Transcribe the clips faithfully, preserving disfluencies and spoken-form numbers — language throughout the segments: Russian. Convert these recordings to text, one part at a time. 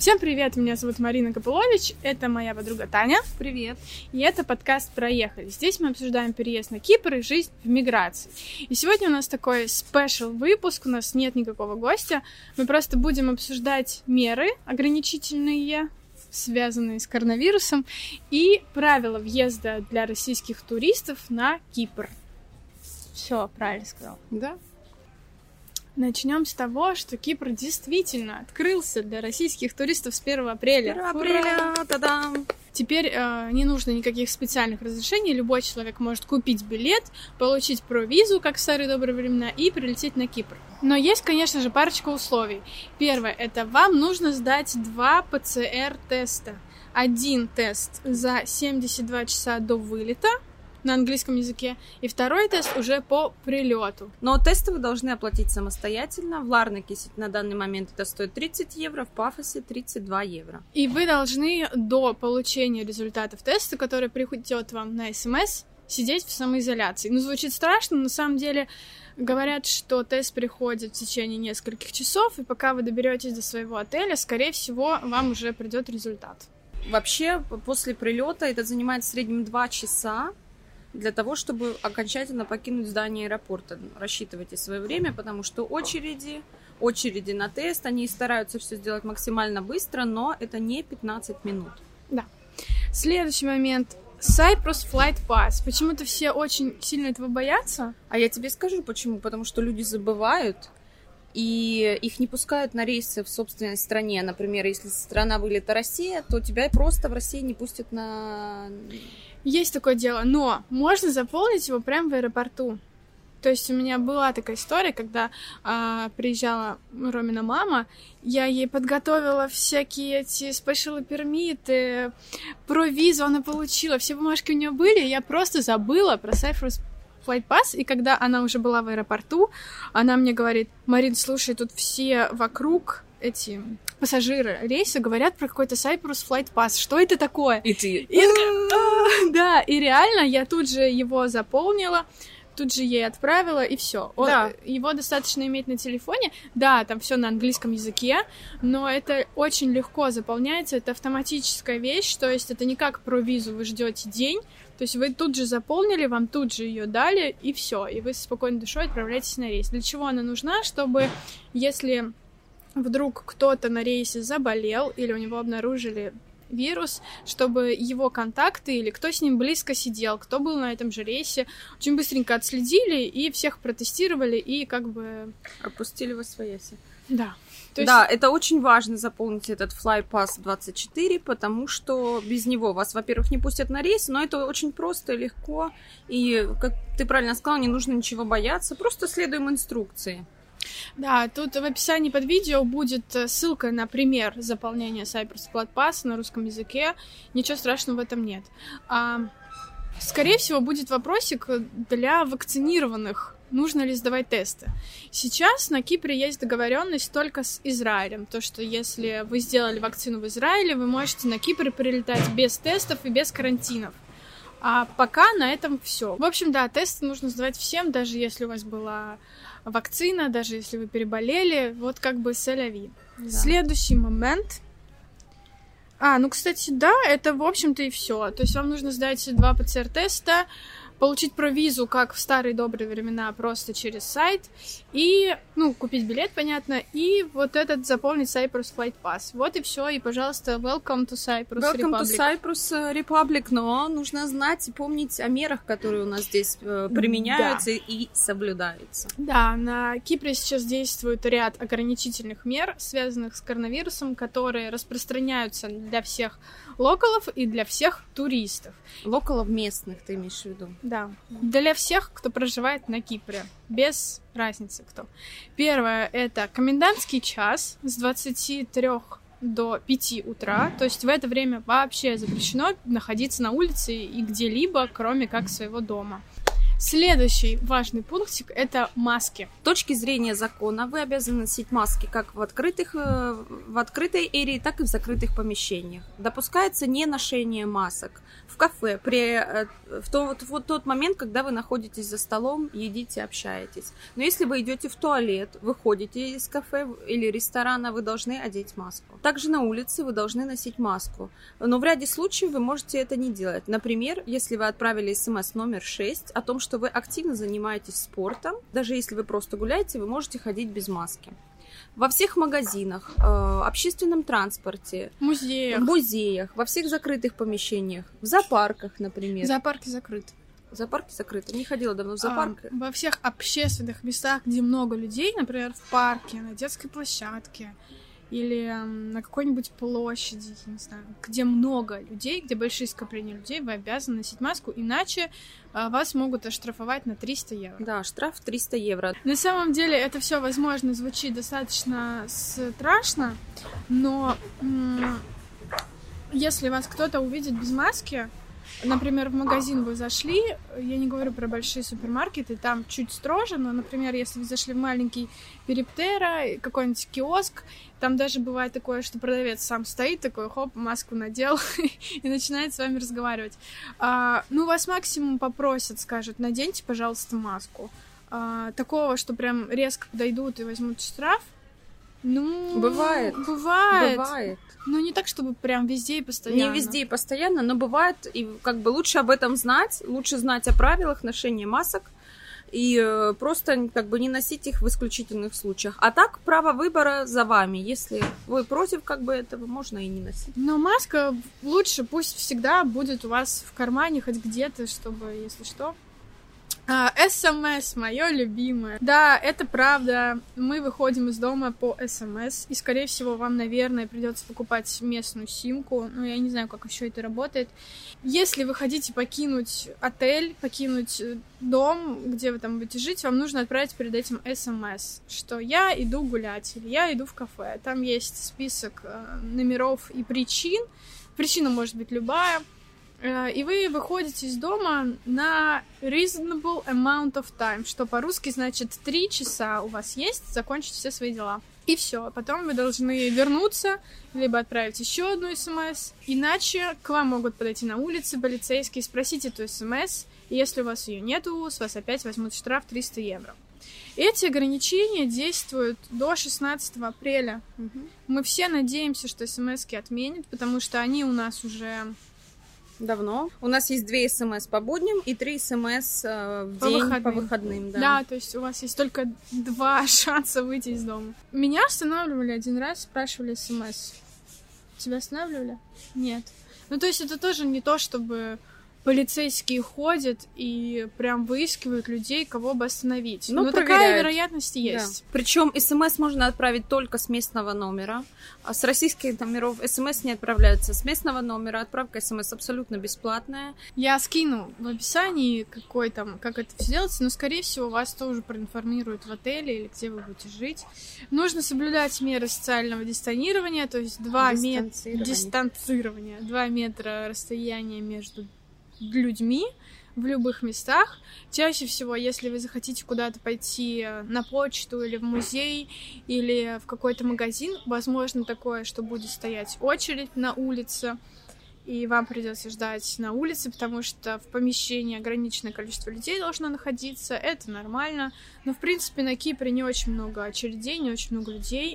Всем привет, меня зовут Марина Копылович, это моя подруга Таня. Привет. И это подкаст «Проехали». Здесь мы обсуждаем переезд на Кипр и жизнь в миграции. И сегодня у нас такой спешл выпуск, у нас нет никакого гостя. Мы просто будем обсуждать меры ограничительные, связанные с коронавирусом, и правила въезда для российских туристов на Кипр. Все, правильно сказала. Да. Начнем с того, что Кипр действительно открылся для российских туристов с первого апреля. первого апреля, та-дам! Теперь э, не нужно никаких специальных разрешений, любой человек может купить билет, получить провизу, как в старые добрые времена, и прилететь на Кипр. Но есть, конечно же, парочка условий. Первое, это вам нужно сдать два пэ цэ эр-теста. Один тест за семьдесят два часа до вылета, на английском языке, и второй тест уже по прилету. Но тесты вы должны оплатить самостоятельно. В Ларнаке на данный момент это стоит тридцать евро, в Пафосе тридцать два евро. И вы должны до получения результатов теста, который приходит вам на СМС, сидеть в самоизоляции. Ну, звучит страшно, но на самом деле говорят, что тест приходит в течение нескольких часов, и пока вы доберетесь до своего отеля, скорее всего, вам уже придет результат. Вообще, после прилета это занимает в среднем два часа. Для того, чтобы окончательно покинуть здание аэропорта. Рассчитывайте свое время, потому что очереди, очереди на тест, они стараются все сделать максимально быстро, но это не пятнадцать минут. Да. Следующий момент. Cyprus Flight Pass. Почему-то все очень сильно этого боятся. А я тебе скажу, почему. Потому что люди забывают, и их не пускают на рейсы в собственной стране. Например, если страна вылета Россия, то тебя просто в России не пустят на... Есть такое дело, но можно заполнить его прямо в аэропорту. То есть у меня была такая история, когда а, приезжала Ромина мама, я ей подготовила всякие эти спешл пермиты, про визу она получила, все бумажки у нее были, и я просто забыла про Cyprus Flight Pass, и когда она уже была в аэропорту, она мне говорит: Марин, слушай, тут все вокруг эти пассажиры рейса говорят про какой-то Cyprus Flight Pass. Что это такое? И ты... И я такая, да, и реально я тут же его заполнила, тут же ей отправила, и все. Да. Его достаточно иметь на телефоне. Да, там все на английском языке, но это очень легко заполняется, это автоматическая вещь, то есть это не как про визу, вы ждете день, то есть вы тут же заполнили, вам тут же ее дали, и все, и вы со спокойной душой отправляетесь на рейс. Для чего она нужна? Чтобы, если вдруг кто-то на рейсе заболел или у него обнаружили вирус, чтобы его контакты или кто с ним близко сидел, кто был на этом же рейсе, очень быстренько отследили и всех протестировали и как бы... Опустили во свояси. Да. То да, есть... это очень важно заполнить этот Fly Pass двадцать четыре, потому что без него вас, во-первых, не пустят на рейс, но это очень просто и легко, и, как ты правильно сказала, не нужно ничего бояться, просто следуем инструкции. Да, тут в описании под видео будет ссылка на пример заполнения Cyprus Flight Pass на русском языке. Ничего страшного в этом нет. А, скорее всего, будет вопросик для вакцинированных. Нужно ли сдавать тесты? Сейчас на Кипре есть договоренность только с Израилем. То, что если вы сделали вакцину в Израиле, вы можете на Кипр прилетать без тестов и без карантинов. А пока на этом все. В общем, да, тесты нужно сдавать всем, даже если у вас была вакцина, даже если вы переболели, вот как бы сэля-ви. Да. Следующий момент. А, ну, кстати, да, это, в общем-то, и все. То есть вам нужно сдать два пэ цэ эр-теста, получить провизу, как в старые добрые времена, просто через сайт, и, ну, купить билет, понятно, и вот этот заполнить Cyprus Flight Pass. Вот и все, и, пожалуйста, welcome to Cyprus welcome Republic. Welcome to Cyprus Republic, но нужно знать и помнить о мерах, которые у нас здесь э, применяются да. и соблюдаются. Да, на Кипре сейчас действует ряд ограничительных мер, связанных с коронавирусом, которые распространяются для всех локалов и для всех туристов. Локалов местных, ты имеешь в виду? Да, для всех, кто проживает на Кипре, без разницы кто. Первое — это комендантский час с двадцати трёх до пяти утра, то есть в это время вообще запрещено находиться на улице и где-либо, кроме как своего дома. Следующий важный пунктик — это маски. С точки зрения закона вы обязаны носить маски как в открытых, в открытой эрии, так и в закрытых помещениях. Допускается не ношение масок в кафе при, в, тот, в тот момент, когда вы находитесь за столом, едите, общаетесь. Но если вы идете в туалет, выходите из кафе или ресторана, вы должны одеть маску. Также на улице вы должны носить маску. Но в ряде случаев вы можете это не делать. Например, если вы отправили смс номер шесть о том, что вы активно занимаетесь спортом, даже если вы просто гуляете, вы можете ходить без маски. Во всех магазинах, э, общественном транспорте, музеях. музеях, во всех закрытых помещениях, в зоопарках, например. Зоопарки закрыты. Зоопарки закрыты. Не ходила давно в зоопарк. А, во всех общественных местах, где много людей, например, в парке, на детской площадке или на какой-нибудь площади, я не знаю, где много людей, где большие скопления людей, вы обязаны носить маску, иначе а, вас могут оштрафовать на триста евро. Да, штраф триста евро. На самом деле это все, возможно, звучит достаточно страшно, но м- если вас кто-то увидит без маски, например, в магазин вы зашли, я не говорю про большие супермаркеты, там чуть строже, но, например, если вы зашли в маленький Периптера, какой-нибудь киоск, там даже бывает такое, что продавец сам стоит, такой, хоп, маску надел и начинает с вами разговаривать. А, ну, вас максимум попросят, скажут, наденьте, пожалуйста, маску. А, такого, что прям резко подойдут и возьмут штраф, ну... Бывает. Бывает. Бывает. Ну, не так, чтобы прям везде и постоянно. Не везде и постоянно, но бывает, и как бы лучше об этом знать, лучше знать о правилах ношения масок и э, просто как бы не носить их в исключительных случаях. А так, право выбора за вами. Если вы против как бы этого, можно и не носить. Но маска лучше пусть всегда будет у вас в кармане, хоть где-то, чтобы, если что... СМС, мое любимое. Да, это правда. Мы выходим из дома по СМС, и, скорее всего, вам, наверное, придется покупать местную симку. Ну, я не знаю, как еще это работает. Если вы хотите покинуть отель, покинуть дом, где вы там будете жить, вам нужно отправить перед этим СМС, что я иду гулять, или я иду в кафе. Там есть список номеров и причин. Причина может быть любая. И вы выходите из дома на reasonable amount of time, что по-русски значит три часа у вас есть закончить все свои дела. И все. Потом вы должны вернуться, либо отправить еще одну смс. Иначе к вам могут подойти на улице полицейские, спросить эту смс, и если у вас ее нету, с вас опять возьмут штраф триста евро. Эти ограничения действуют до шестнадцатого апреля. Угу. Мы все надеемся, что смс-ки отменят, потому что они у нас уже... Давно. У нас есть две смс по будням и три смс э, в по день выходным. по выходным. Да. Да, то есть у вас есть только два шанса выйти из дома. Меня останавливали один раз, спрашивали смс. Тебя останавливали? Нет. Ну, то есть это тоже не то, чтобы полицейские ходят и прям выискивают людей, кого бы остановить. Ну, но проверяют. Такая вероятность есть. Да. Причем смс можно отправить только с местного номера. А с российских номеров смс не отправляются. С местного номера отправка смс абсолютно бесплатная. Я скину в описании, какой там, как это все делается, но, скорее всего, вас тоже проинформируют в отеле или где вы будете жить. Нужно соблюдать меры социального дистанцирования, то есть два метра дистанцирования, два метра расстояния между людьми в любых местах. Чаще всего, если вы захотите куда-то пойти на почту или в музей, или в какой-то магазин, возможно такое, что будет стоять очередь на улице, и вам придется ждать на улице, потому что в помещении ограниченное количество людей должно находиться. Это нормально. Но, в принципе, на Кипре не очень много очередей, не очень много людей.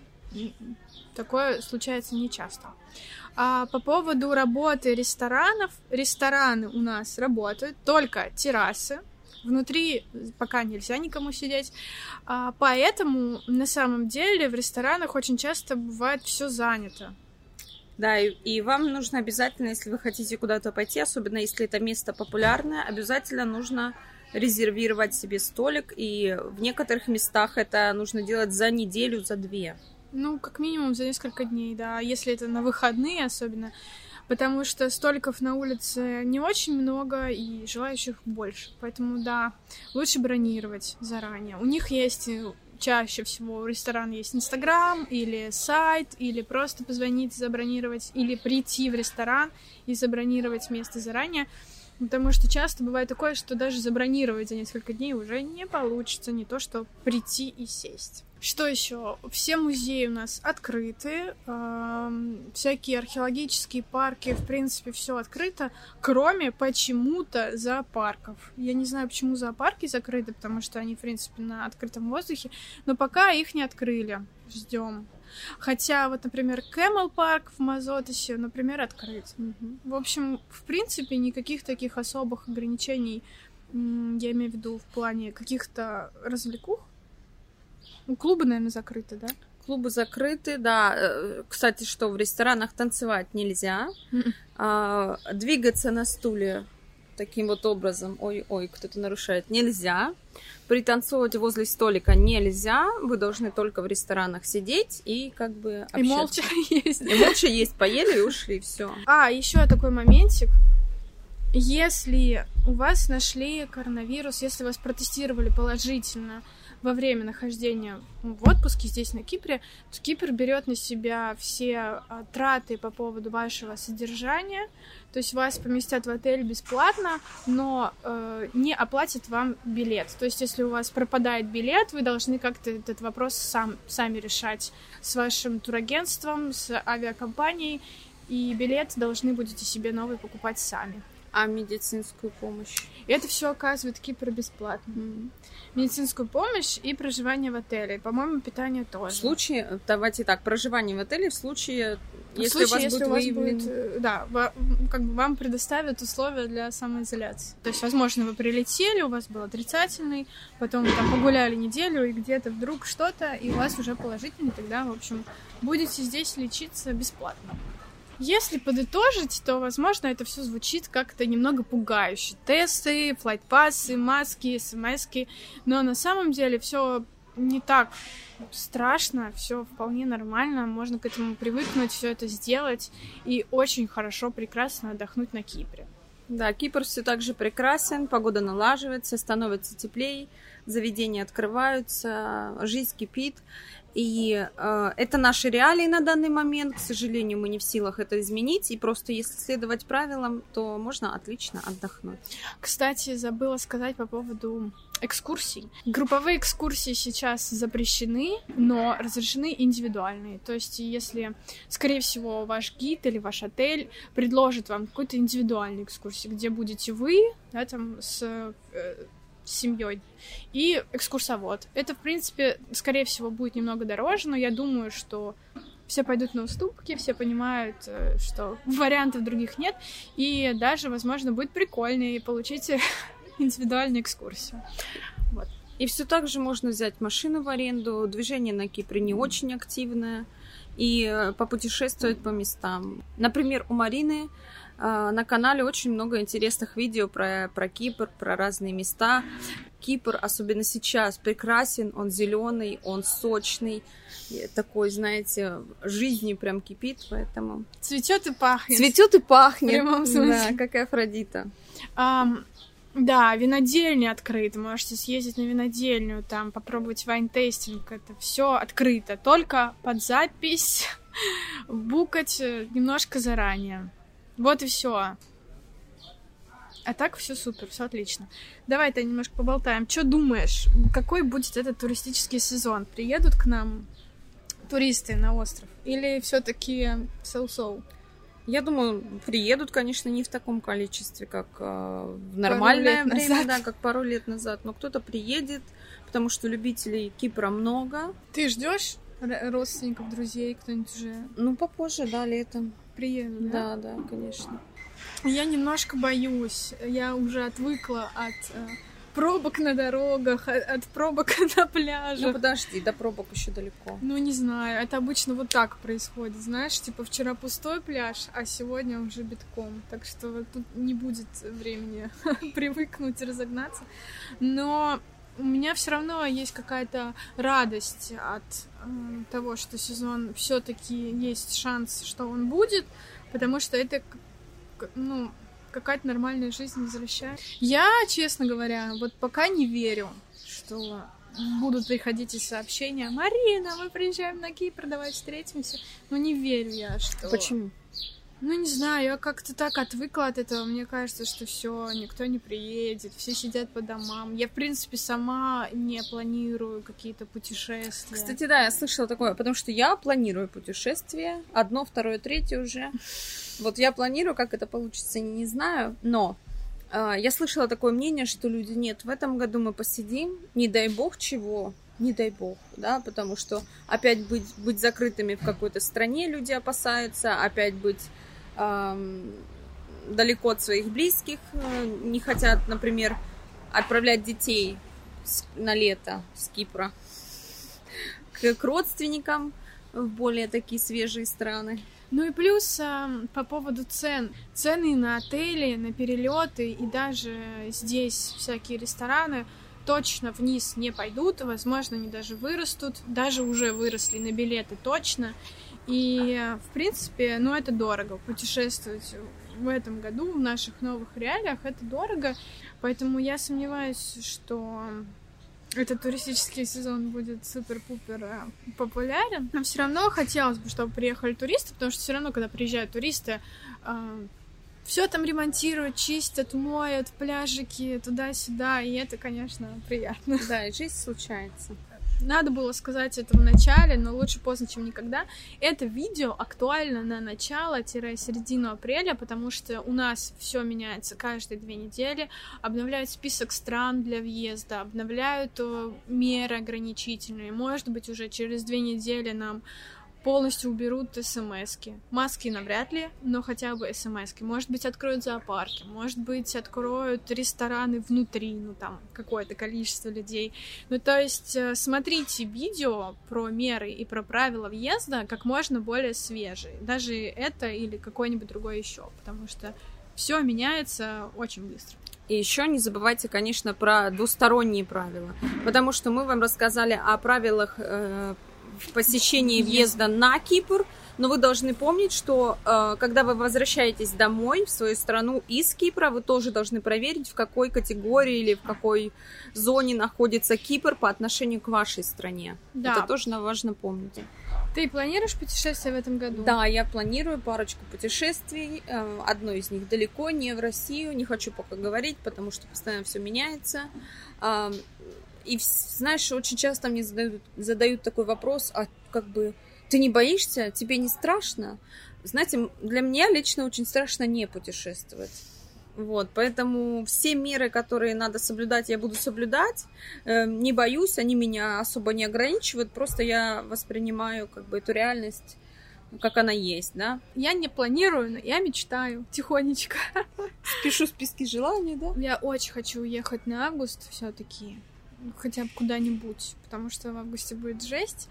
Такое случается нечасто. А по поводу работы ресторанов, рестораны у нас работают, только террасы. Внутри пока нельзя никому сидеть. А поэтому, на самом деле, в ресторанах очень часто бывает все занято. Да, и, и вам нужно обязательно, если вы хотите куда-то пойти, особенно если это место популярное, обязательно нужно резервировать себе столик. И в некоторых местах это нужно делать за неделю, за две. Ну, как минимум за несколько дней, да, если это на выходные особенно, потому что столиков на улице не очень много и желающих больше, поэтому, да, лучше бронировать заранее. У них есть, чаще всего у ресторана есть Инстаграм или сайт, или просто позвонить, забронировать, или прийти в ресторан и забронировать место заранее. Потому что часто бывает такое, что даже забронировать за несколько дней уже не получится, не то что прийти и сесть. Что еще? Все музеи у нас открыты, эм, всякие археологические парки, в принципе, все открыто, кроме почему-то зоопарков. Я не знаю, почему зоопарки закрыты, потому что они, в принципе, на открытом воздухе, но пока их не открыли. Ждем. Хотя, вот, например, Camel парк в Мазотосе, например, открыт. Угу. В общем, в принципе, никаких таких особых ограничений, я имею в виду в плане каких-то развлекух. Ну, клубы, наверное, закрыты, да? Клубы закрыты, да. Кстати, что в ресторанах танцевать нельзя. Mm-hmm. А, двигаться на стуле таким вот образом, ой-ой, кто-то нарушает, нельзя. Пританцовывать возле столика нельзя. Вы должны только в ресторанах сидеть и как бы общаться. И молча есть. И молча есть, поели и ушли, все. А, еще такой моментик. Если у вас нашли коронавирус, если вас протестировали положительно во время нахождения в отпуске здесь, на Кипре, то Кипр берет на себя все а, траты по поводу вашего содержания, то есть вас поместят в отель бесплатно, но э, не оплатят вам билет. То есть если у вас пропадает билет, вы должны как-то этот вопрос сам, сами решать с вашим турагентством, с авиакомпанией, и билет должны будете себе новый покупать сами. А медицинскую помощь? Это все оказывает Кипр бесплатно. Mm. Медицинскую помощь и проживание в отеле. По-моему, питание тоже. В случае, давайте так, проживание в отеле в случае, в если случае, у вас если будет у вас выявлен... будет, да, как бы вам предоставят условия для самоизоляции. То есть, возможно, вы прилетели, у вас был отрицательный, потом вы там погуляли неделю, и где-то вдруг что-то, и у вас уже положительный, тогда, в общем, будете здесь лечиться бесплатно. Если подытожить, то, возможно, это все звучит как-то немного пугающе. Тесты, флайт-пассы, маски, смски. Но на самом деле все не так страшно, все вполне нормально. Можно к этому привыкнуть, все это сделать и очень хорошо, прекрасно отдохнуть на Кипре. Да, Кипр все так же прекрасен, погода налаживается, становится теплее, заведения открываются, жизнь кипит. И э, это наши реалии на данный момент. К сожалению, мы не в силах это изменить. И просто если следовать правилам, то можно отлично отдохнуть. Кстати, забыла сказать по поводу экскурсий. Групповые экскурсии сейчас запрещены, но разрешены индивидуальные. То есть, если, скорее всего, ваш гид или ваш отель предложит вам какую-то индивидуальную экскурсию, где будете вы, да, там, с... Э, с семьей и экскурсовод. Это, в принципе, скорее всего, будет немного дороже, но я думаю, что все пойдут на уступки, все понимают, что вариантов других нет, и даже, возможно, будет прикольнее получить индивидуальную экскурсию. Вот. И все так же можно взять машину в аренду, движение на Кипре не очень активное, и попутешествовать по местам. Например, у Марины на канале очень много интересных видео про, про Кипр, про разные места. Кипр, особенно сейчас, прекрасен, он зеленый, он сочный, такой, знаете, жизнью прям кипит, поэтому... Цветет и пахнет. Цветет и пахнет. В прямом смысле. Да, как и Афродита. Um... Да, винодельня открыта, можете съездить на винодельню, там попробовать вайн-тестинг, это все открыто, только под запись, букать немножко заранее. Вот и все. А так все супер, все отлично. Давай-то немножко поболтаем. Что думаешь, какой будет этот туристический сезон? Приедут к нам туристы на остров? Или все-таки соу-соу? Я думаю, приедут, конечно, не в таком количестве, как э, в нормальное время, да, как пару лет назад. Но кто-то приедет, потому что любителей Кипра много. Ты ждешь родственников, друзей, кто-нибудь уже? Ну, попозже, да, летом. Приедут, да? Да, да, конечно. Я немножко боюсь. Я уже отвыкла от э, пробок на дорогах, от, от пробок на пляже. Ну, подожди, до пробок еще далеко. Ну, не знаю. Это обычно вот так происходит, знаешь? Типа вчера пустой пляж, а сегодня уже битком. Так что тут не будет времени привыкнуть и разогнаться. Но у меня все равно есть какая-то радость от э, того, что сезон все-таки есть шанс, что он будет, потому что это, ну, какая-то нормальная жизнь возвращает. Я, честно говоря, вот пока не верю, что будут приходить и сообщения: Марина, мы приезжаем на Кипр, давай встретимся. Но не верю я, что... Почему? Ну, не знаю, я как-то так отвыкла от этого. Мне кажется, что все, никто не приедет, все сидят по домам. Я, в принципе, сама не планирую какие-то путешествия. Кстати, да, я слышала такое, потому что я планирую путешествие. Одно, второе, третье уже. Вот я планирую, как это получится, не знаю. Но э, я слышала такое мнение, что люди, нет, в этом году мы посидим, не дай бог чего. Не дай бог, да, потому что опять быть, быть закрытыми в какой-то стране люди опасаются, опять быть эм, далеко от своих близких, э, не хотят, например, отправлять детей с, на лето с Кипра к, к родственникам в более такие свежие страны. Ну и плюс а, по поводу цен. Цены на отели, на перелеты и даже здесь всякие рестораны точно вниз не пойдут, возможно, они даже вырастут, даже уже выросли на билеты точно. И, в принципе, ну, это дорого. Путешествовать в этом году, в наших новых реалиях, это дорого. Поэтому я сомневаюсь, что этот туристический сезон будет супер-пупер популярен. Но все равно хотелось бы, чтобы приехали туристы, потому что все равно, когда приезжают туристы, все там ремонтируют, чистят, моют, пляжики туда-сюда, и это, конечно, приятно. Да, и жизнь случается. Надо было сказать это в начале, но лучше поздно, чем никогда. Это видео актуально на начало-середину апреля, потому что у нас все меняется каждые две недели. Обновляют список стран для въезда, обновляют меры ограничительные. Может быть, уже через две недели нам полностью уберут смс-ки. Маски навряд ли, но хотя бы смс-ки. Может быть, откроют зоопарки, может быть, откроют рестораны внутри, ну там какое-то количество людей. Ну то есть смотрите видео про меры и про правила въезда как можно более свежие. Даже это или какой-нибудь другой еще, потому что все меняется очень быстро. И еще не забывайте, конечно, про двусторонние правила, потому что мы вам рассказали о правилах э, в посещении въезда на Кипр, но вы должны помнить, что э, когда вы возвращаетесь домой в свою страну из Кипра, вы тоже должны проверить, в какой категории или в какой зоне находится Кипр по отношению к вашей стране. Да. Это тоже важно помнить. Ты планируешь путешествие в этом году? Да, я планирую парочку путешествий. Одно из них далеко, не в Россию. Не хочу пока говорить, потому что постоянно все меняется. И, знаешь, очень часто мне задают, задают такой вопрос, а как бы ты не боишься, тебе не страшно? Знаете, для меня лично очень страшно не путешествовать. Вот, поэтому все меры, которые надо соблюдать, я буду соблюдать. Не боюсь, они меня особо не ограничивают, просто я воспринимаю как бы эту реальность, как она есть, да. Я не планирую, но я мечтаю тихонечко. Пишу списки желаний, да. Я очень хочу уехать на август все-таки. Хотя бы куда-нибудь, потому что в августе будет жесть.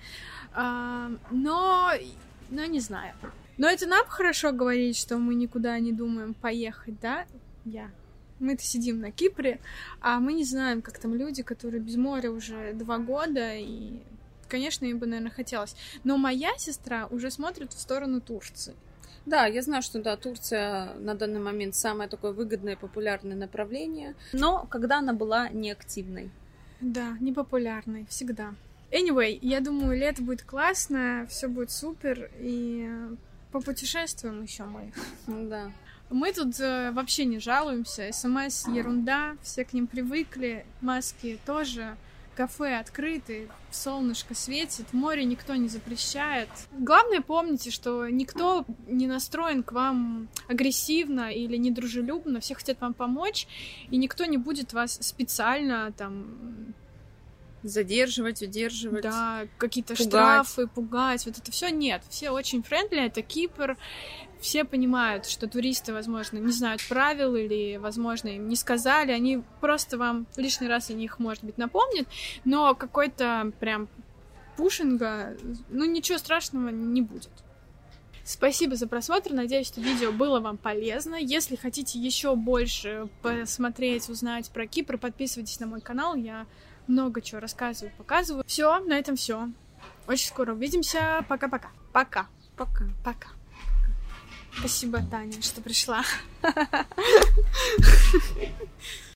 А, но, но не знаю. Но это нам хорошо говорить, что мы никуда не думаем поехать, да? Я. Мы-то сидим на Кипре, а мы не знаем, как там люди, которые без моря уже два года, и, конечно, им бы, наверное, хотелось. Но моя сестра уже смотрит в сторону Турции. Да, я знаю, что да, Турция на данный момент самое такое выгодное, популярное направление, но когда она была неактивной. Да, непопулярной, всегда. Anyway, я думаю, лето будет классно, все будет супер, и попутешествуем еще мы. Да. Мы тут э, вообще не жалуемся, СМС ерунда, все к ним привыкли, маски тоже, кафе открыты, солнышко светит, море никто не запрещает. Главное, помните, что никто не настроен к вам агрессивно или недружелюбно, все хотят вам помочь, и никто не будет вас специально там задерживать, удерживать. Да, какие-то пугать. штрафы, пугать, вот это все нет. Все очень френдли, это Кипр. Все понимают, что туристы, возможно, не знают правил или, возможно, им не сказали. Они просто вам лишний раз о них, может быть, напомнят, но какой-то прям пушинга, ну, ничего страшного не будет. Спасибо за просмотр. Надеюсь, что видео было вам полезно. Если хотите еще больше посмотреть, узнать про Кипр, подписывайтесь на мой канал. Я много чего рассказываю, показываю. Все, на этом все. Очень скоро увидимся. Пока-пока. Пока. Пока. Пока. Спасибо, Таня, что пришла.